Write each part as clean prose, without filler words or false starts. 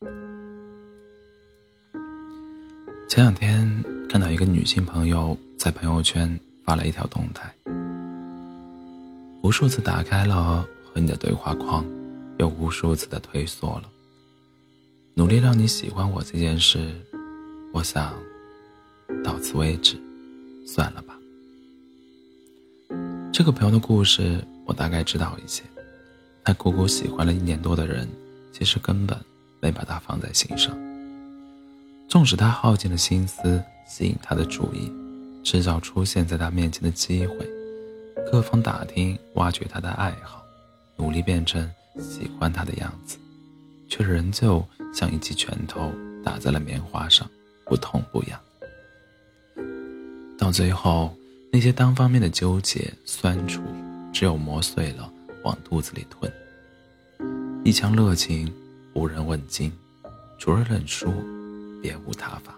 前两天看到一个女性朋友在朋友圈发了一条动态，无数次打开了和你的对话框，又无数次的退缩了。努力让你喜欢我这件事，我想到此为止，算了吧。这个朋友的故事我大概知道一些，他苦苦喜欢了1年多的人，其实根本没把他放在心上。纵使他耗尽了心思吸引他的注意，制造出现在他面前的机会，各方打听挖掘他的爱好，努力变成喜欢他的样子，却仍旧像一记拳头打在了棉花上，不痛不痒。到最后，那些单方面的纠结酸楚，只有磨碎了往肚子里吞。一腔热情无人问津，除了认输别无他法。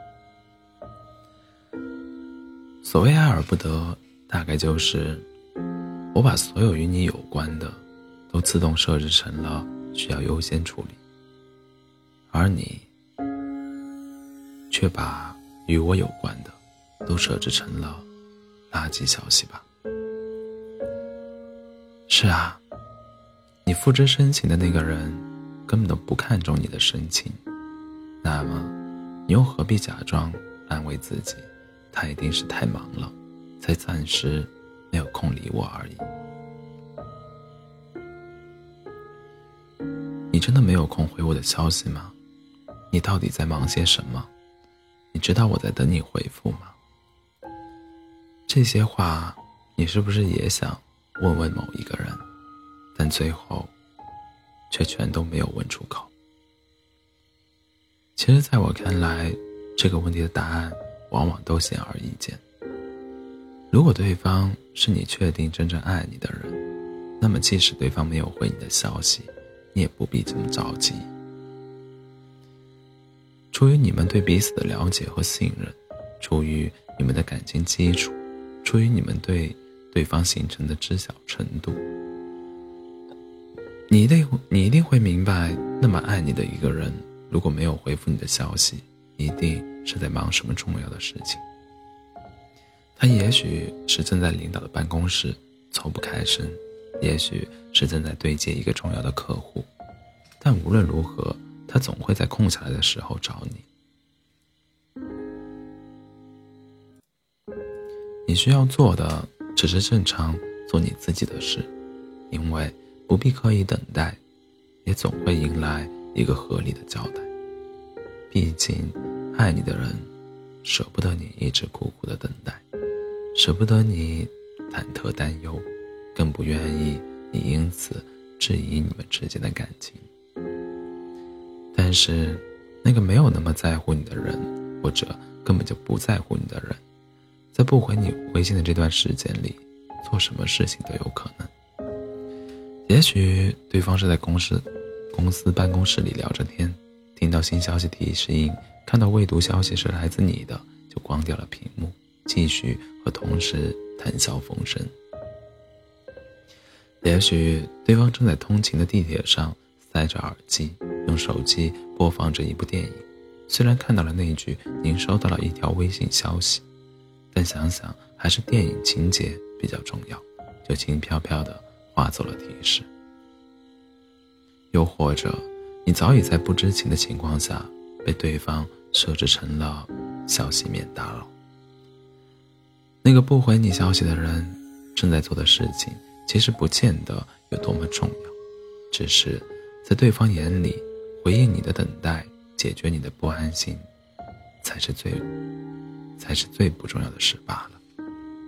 所谓爱而不得，大概就是我把所有与你有关的都自动设置成了需要优先处理，而你却把与我有关的都设置成了垃圾消息吧。是啊，你付之深情的那个人根本都不看重你的深情，那么你又何必假装安慰自己，他一定是太忙了，才暂时没有空理我而已。你真的没有空回我的消息吗？你到底在忙些什么？你知道我在等你回复吗？这些话你是不是也想问问某一个人，但最后却全都没有问出口。其实在我看来，这个问题的答案往往都显而易见。如果对方是你确定真正爱你的人，那么即使对方没有回你的消息，你也不必这么着急。出于你们对彼此的了解和信任，出于你们的感情基础，出于你们对对方形成的知晓程度，你一定会明白，那么爱你的一个人，如果没有回复你的消息，一定是在忙什么重要的事情。他也许是正在领导的办公室抽不开身，也许是正在对接一个重要的客户，但无论如何，他总会在空下来的时候找你。你需要做的只是正常做你自己的事，因为不必刻意等待，也总会迎来一个合理的交代。毕竟爱你的人舍不得你一直苦苦的等待，舍不得你忐忑担忧，更不愿意你因此质疑你们之间的感情。但是那个没有那么在乎你的人，或者根本就不在乎你的人，在不回你微信的这段时间里，做什么事情都有可能。也许对方是在公司办公室里聊着天，听到新消息提示音，看到未读消息是来自你的，就关掉了屏幕，继续和同事谈笑风生。也许对方正在通勤的地铁上塞着耳机，用手机播放着一部电影，虽然看到了那句您收到了一条微信消息，但想想还是电影情节比较重要，就轻飘飘地划走了提示。又或者你早已在不知情的情况下被对方设置成了消息免打扰。那个不回你消息的人正在做的事情其实不见得有多么重要，只是在对方眼里，回应你的等待，解决你的不安心，才是最不重要的事罢了。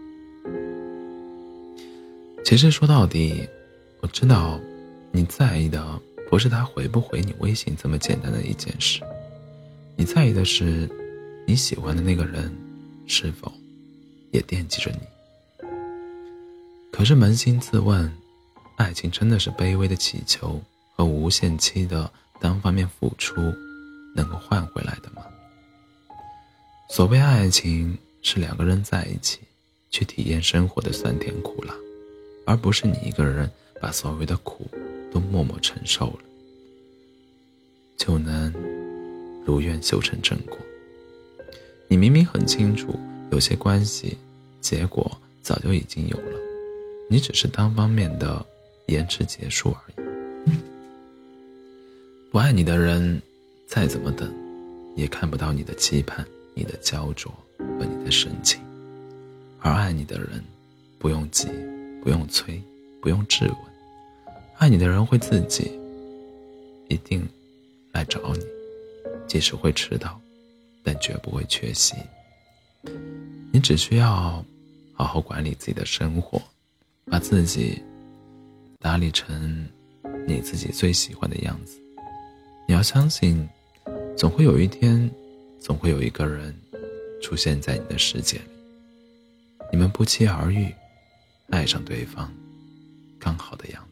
其实说到底，我知道你在意的不是他回不回你微信这么简单的一件事，你在意的是你喜欢的那个人是否也惦记着你。可是扪心自问，爱情真的是卑微的祈求和无限期的单方面付出能够换回来的吗？所谓爱情，是两个人在一起去体验生活的酸甜苦辣，而不是你一个人把所有的苦都默默承受了。 就能如愿修成正果。你明明很清楚，有些关系结果早就已经有了，你只是单方面的延迟结束而已。不爱你的人再怎么等，也看不到你的期盼、你的焦灼和你的深情。而爱你的人，不用急，不用催，不用质问，爱你的人会自己一定来找你，即使会迟到，但绝不会缺席。你只需要好好管理自己的生活，把自己打理成你自己最喜欢的样子。你要相信，总会有一天，总会有一个人出现在你的世界里，你们不期而遇，爱上对方刚好的样子。